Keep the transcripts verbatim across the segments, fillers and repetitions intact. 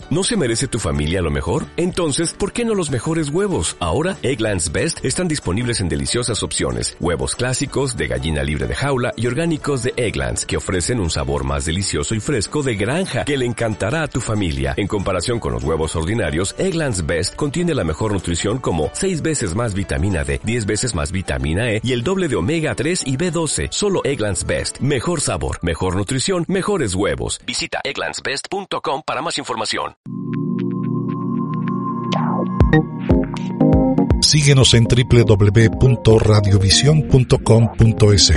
¿No se merece tu familia lo mejor? Entonces, ¿por qué no los mejores huevos? Ahora, Eggland's Best están disponibles en deliciosas opciones. Huevos clásicos, de gallina libre de jaula y orgánicos de Eggland's, que ofrecen un sabor más delicioso y fresco de granja que le encantará a tu familia. En comparación con los huevos ordinarios, Eggland's Best contiene la mejor nutrición como seis veces más vitamina D, diez veces más vitamina E y el doble de omega tres y B doce. Solo Eggland's Best. Mejor sabor, mejor nutrición, mejores huevos. Visita egglands best punto com para más información. Síguenos en doble u doble u doble u punto radiovisión punto com punto es.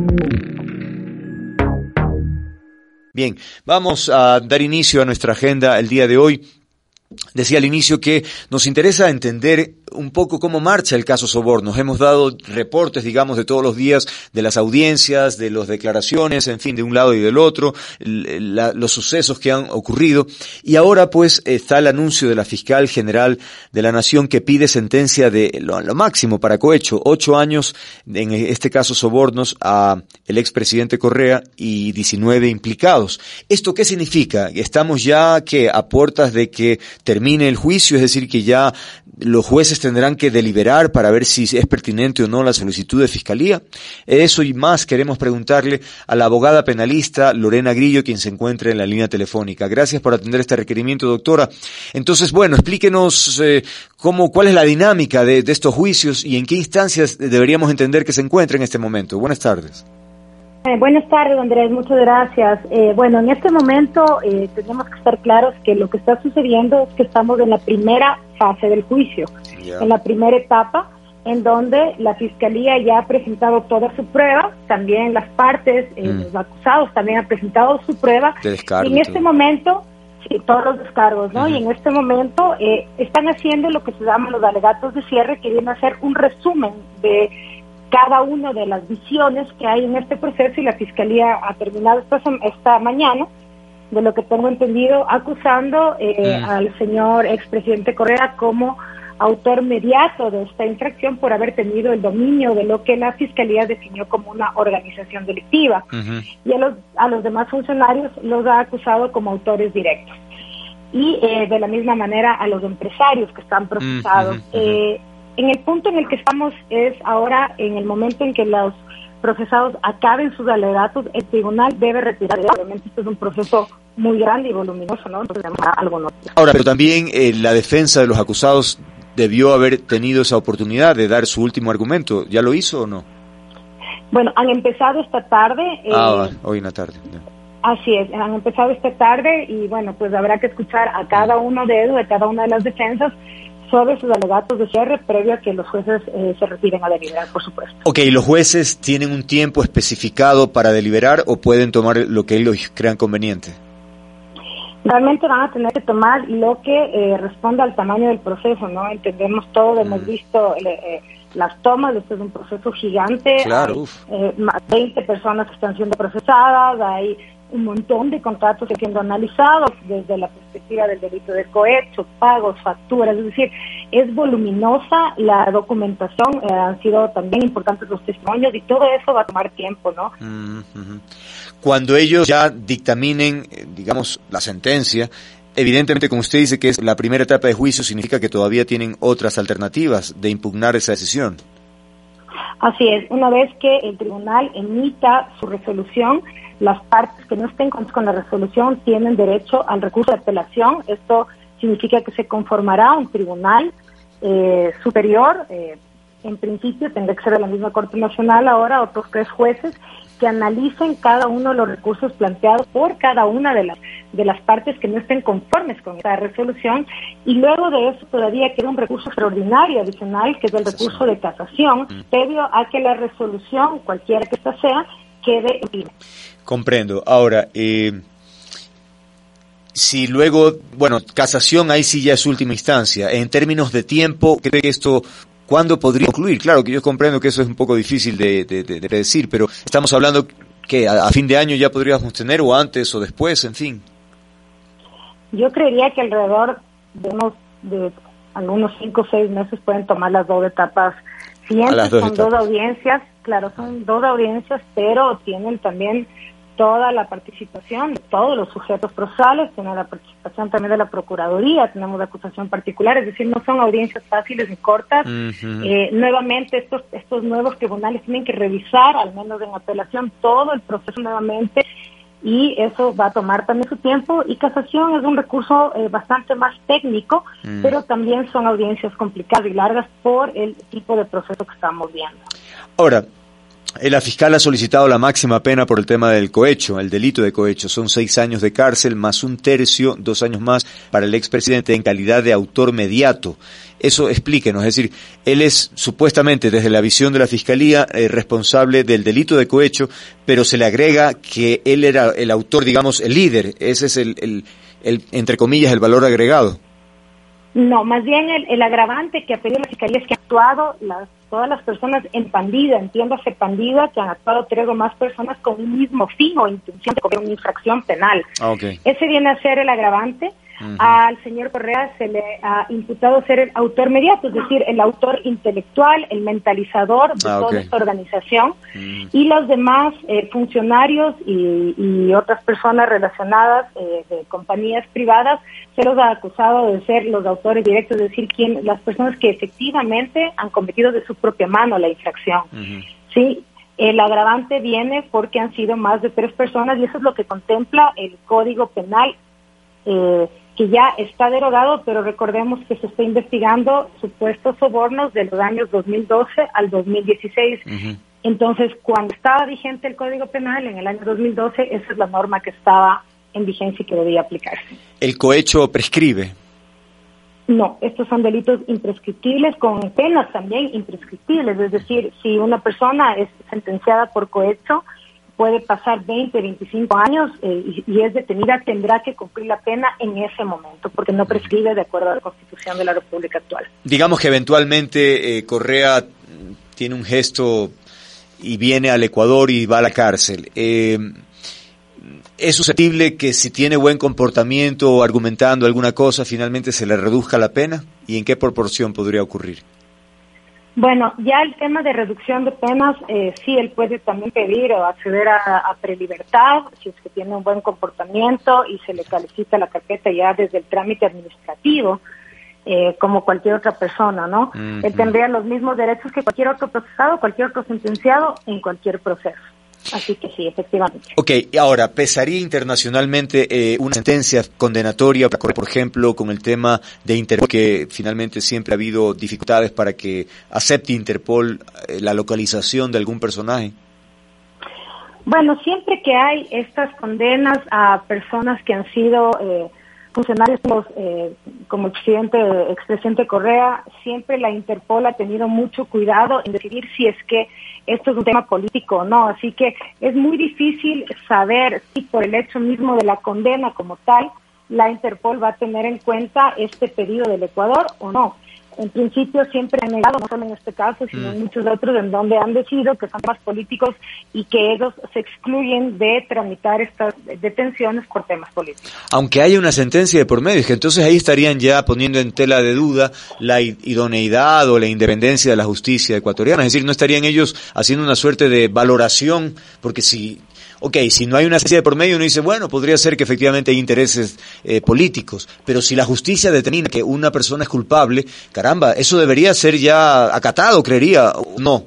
Bien, vamos a dar inicio a nuestra agenda el día de hoy. Decía al inicio que nos interesa entender un poco cómo marcha el caso Sobornos. Hemos dado reportes, digamos, de todos los días de las audiencias, de las declaraciones, en fin, de un lado y del otro, la, los sucesos que han ocurrido. Y ahora, pues, está el anuncio de la fiscal general de la Nación que pide sentencia de lo, lo máximo para Cohecho, ocho años, en este caso Sobornos, a el expresidente Correa y diecinueve implicados. ¿Esto qué significa? ¿Estamos ya que a puertas de que termine el juicio? Es decir, que ya los jueces tendrán que deliberar para ver si es pertinente o no la solicitud de fiscalía. Eso y más queremos preguntarle a la abogada penalista Lorena Grillo, quien se encuentra en la línea telefónica. Gracias por atender este requerimiento, doctora. Entonces, bueno, explíquenos eh, cómo, cuál es la dinámica de, de estos juicios y en qué instancias deberíamos entender que se encuentra en este momento. Buenas tardes. Eh, buenas tardes, Andrés, muchas gracias. Eh, bueno, en este momento eh, tenemos que estar claros que lo que está sucediendo es que estamos en la primera fase del juicio, yeah. en la primera etapa, en donde la Fiscalía ya ha presentado toda su prueba, también las partes, eh, mm. los acusados también han presentado su prueba, descargo, y en este todo. momento, sí, todos los descargos, ¿no? Uh-huh. Y en este momento eh, están haciendo lo que se llaman los alegatos de cierre, que viene a ser un resumen de cada una de las visiones que hay en este proceso, y la Fiscalía ha terminado esta, esta mañana, de lo que tengo entendido, acusando eh, mm. al señor expresidente Correa como autor mediato de esta infracción por haber tenido el dominio de lo que la Fiscalía definió como una organización delictiva. Uh-huh. Y a los, a los demás funcionarios los ha acusado como autores directos. Y eh, de la misma manera a los empresarios que están procesados. Uh-huh. Eh, En el punto en el que estamos es ahora, en el momento en que los procesados acaben sus alegatos, el tribunal debe retirar. Obviamente esto es un proceso muy grande y voluminoso, ¿no? Entonces, algo no. Ahora, pero también eh, la defensa de los acusados debió haber tenido esa oportunidad de dar su último argumento. ¿Ya lo hizo o no? Bueno, han empezado esta tarde. Eh, ah, hoy en la tarde. Yeah. Así es, han empezado esta tarde y bueno, pues habrá que escuchar a cada uno de ellos, de cada una de las defensas, sobre sus alegatos de cierre previo a que los jueces eh, se retiren a deliberar, por supuesto. Ok, ¿los jueces tienen un tiempo especificado para deliberar o pueden tomar lo que ellos crean conveniente? Realmente van a tener que tomar lo que eh, responda al tamaño del proceso, ¿no? Entendemos todo, mm. hemos visto eh, las tomas, esto es un proceso gigante, claro, hay eh, más de veinte personas que están siendo procesadas, hay un montón de contratos que siendo analizados desde la perspectiva del delito de cohecho, pagos, facturas, es decir, es voluminosa la documentación, eh, han sido también importantes los testimonios y todo eso va a tomar tiempo, ¿no? Uh-huh. Cuando ellos ya dictaminen, digamos, la sentencia, evidentemente, como usted dice que es la primera etapa de juicio, significa que todavía tienen otras alternativas de impugnar esa decisión. Así es, una vez que el tribunal emita su resolución, las partes que no estén con, con la resolución tienen derecho al recurso de apelación. Esto significa que se conformará un tribunal eh, superior, eh, en principio tendrá que ser de la misma Corte Nacional ahora, otros tres jueces, que analicen cada uno de los recursos planteados por cada una de las de las partes que no estén conformes con esta resolución, y luego de eso todavía queda un recurso extraordinario adicional, que es el recurso de casación, previo a que la resolución, cualquiera que ésta sea, quede en firme. Comprendo. Ahora, eh, si luego, bueno, casación ahí sí ya es última instancia. En términos de tiempo, ¿cree que esto cuándo podría concluir? Claro que yo comprendo que eso es un poco difícil de, de, de, de decir, pero estamos hablando que a, a fin de año ya podríamos tener, o antes o después, en fin. Yo creería que alrededor de unos de algunos cinco o seis meses pueden tomar las dos etapas siguientes. Dos son etapas. Dos audiencias, claro, son dos audiencias, pero tienen también toda la participación de todos los sujetos procesales, tiene la participación también de la Procuraduría, tenemos la acusación particular, es decir, no son audiencias fáciles ni cortas. Uh-huh. Eh, nuevamente, estos, estos nuevos tribunales tienen que revisar, al menos en apelación, todo el proceso nuevamente, y eso va a tomar también su tiempo, y casación es un recurso eh, bastante más técnico, uh-huh. pero también son audiencias complicadas y largas por el tipo de proceso que estamos viendo. Ahora, la fiscal ha solicitado la máxima pena por el tema del cohecho, el delito de cohecho. Son seis años de cárcel más un tercio, dos años más para el expresidente en calidad de autor mediato. Eso explíquenos, es decir, él es supuestamente desde la visión de la fiscalía eh, responsable del delito de cohecho, pero se le agrega que él era el autor, digamos, el líder. Ese es el, el, el entre comillas, el valor agregado. No, más bien el, el agravante que ha pedido la fiscalía es que ha actuado las todas las personas en pandilla, entiéndase pandilla, que han actuado tres o más personas con un mismo fin o intención de cometer una infracción penal. Okay. Ese viene a ser el agravante. Uh-huh. Al señor Correa se le ha imputado ser el autor mediato, es decir, el autor intelectual, el mentalizador de ah, okay. toda esta organización, uh-huh. y los demás eh, funcionarios y, y otras personas relacionadas eh, de compañías privadas se los ha acusado de ser los autores directos, es decir, quien, las personas que efectivamente han cometido de su propia mano la infracción. Uh-huh. Sí. El agravante viene porque han sido más de tres personas y eso es lo que contempla el Código Penal, eh, que ya está derogado, pero recordemos que se está investigando supuestos sobornos de los años dos mil doce al dos mil dieciséis. Uh-huh. Entonces, cuando estaba vigente el Código Penal en el año dos mil doce, esa es la norma que estaba en vigencia y que debía aplicarse. ¿El cohecho prescribe? No, estos son delitos imprescriptibles con penas también imprescriptibles, es decir, si una persona es sentenciada por cohecho, puede pasar veinte, veinticinco años eh, y, y es detenida, tendrá que cumplir la pena en ese momento, porque no prescribe de acuerdo a la Constitución de la República actual. Digamos que eventualmente eh, Correa tiene un gesto y viene al Ecuador y va a la cárcel. Eh, ¿Es susceptible que si tiene buen comportamiento o argumentando alguna cosa, finalmente se le reduzca la pena? ¿Y en qué proporción podría ocurrir? Bueno, ya el tema de reducción de penas, eh, sí, él puede también pedir o acceder a, a prelibertad, si es que tiene un buen comportamiento y se le califica la carpeta ya desde el trámite administrativo, eh, como cualquier otra persona, ¿no? Uh-huh. Él tendría los mismos derechos que cualquier otro procesado, cualquier otro sentenciado en cualquier proceso. Así que sí, efectivamente. Ok, ahora, ¿pesaría internacionalmente eh, una sentencia condenatoria, por ejemplo, con el tema de Interpol, que finalmente siempre ha habido dificultades para que acepte Interpol eh, la localización de algún personaje? Bueno, siempre que hay estas condenas a personas que han sido eh, funcionarios eh, como el presidente, expresidente Correa, siempre la Interpol ha tenido mucho cuidado en decidir si es que esto es un tema político o no, así que es muy difícil saber si por el hecho mismo de la condena como tal, la Interpol va a tener en cuenta este pedido del Ecuador o no. En principio siempre han negado, no solo en este caso, sino en muchos otros, en donde han decidido que son temas políticos y que ellos se excluyen de tramitar estas detenciones por temas políticos. Aunque haya una sentencia de por medio, es que entonces ahí estarían ya poniendo en tela de duda la idoneidad o la independencia de la justicia ecuatoriana, es decir, no estarían ellos haciendo una suerte de valoración, porque si... Ok, si no hay una sentencia de por medio, uno dice, bueno, podría ser que efectivamente hay intereses eh, políticos, pero si la justicia determina que una persona es culpable, caramba, eso debería ser ya acatado, creería, ¿o no?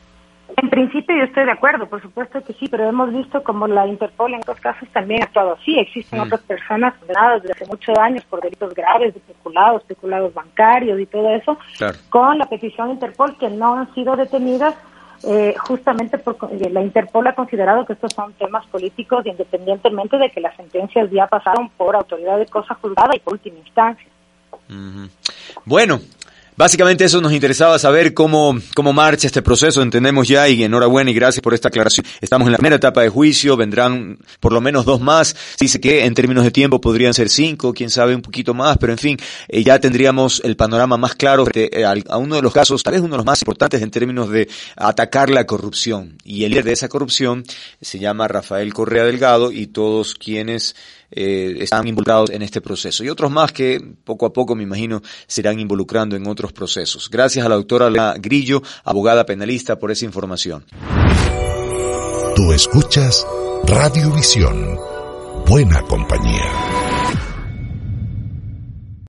En principio yo estoy de acuerdo, por supuesto que sí, pero hemos visto como la Interpol en otros casos también ha actuado así. Existen mm. otras personas condenadas desde hace muchos años por delitos graves, de peculados, peculados bancarios y todo eso, claro, con la petición de Interpol que no han sido detenidas. Eh, justamente porque la Interpol ha considerado que estos son temas políticos independientemente de que las sentencias ya pasaron por autoridad de cosa juzgada y por última instancia. Uh-huh. Bueno, básicamente eso nos interesaba saber cómo cómo marcha este proceso, entendemos ya y enhorabuena y gracias por esta aclaración. Estamos en la primera etapa de juicio, vendrán por lo menos dos más, se dice que en términos de tiempo podrían ser cinco, quién sabe un poquito más, pero en fin, eh, ya tendríamos el panorama más claro frente eh, a, a uno de los casos, tal vez uno de los más importantes en términos de atacar la corrupción. Y el líder de esa corrupción se llama Rafael Correa Delgado y todos quienes Eh, están involucrados en este proceso y otros más que poco a poco me imagino se irán involucrando en otros procesos. Gracias a la doctora Lea Grillo, abogada penalista, por esa información. Tú escuchas Radiovisión. Buena compañía.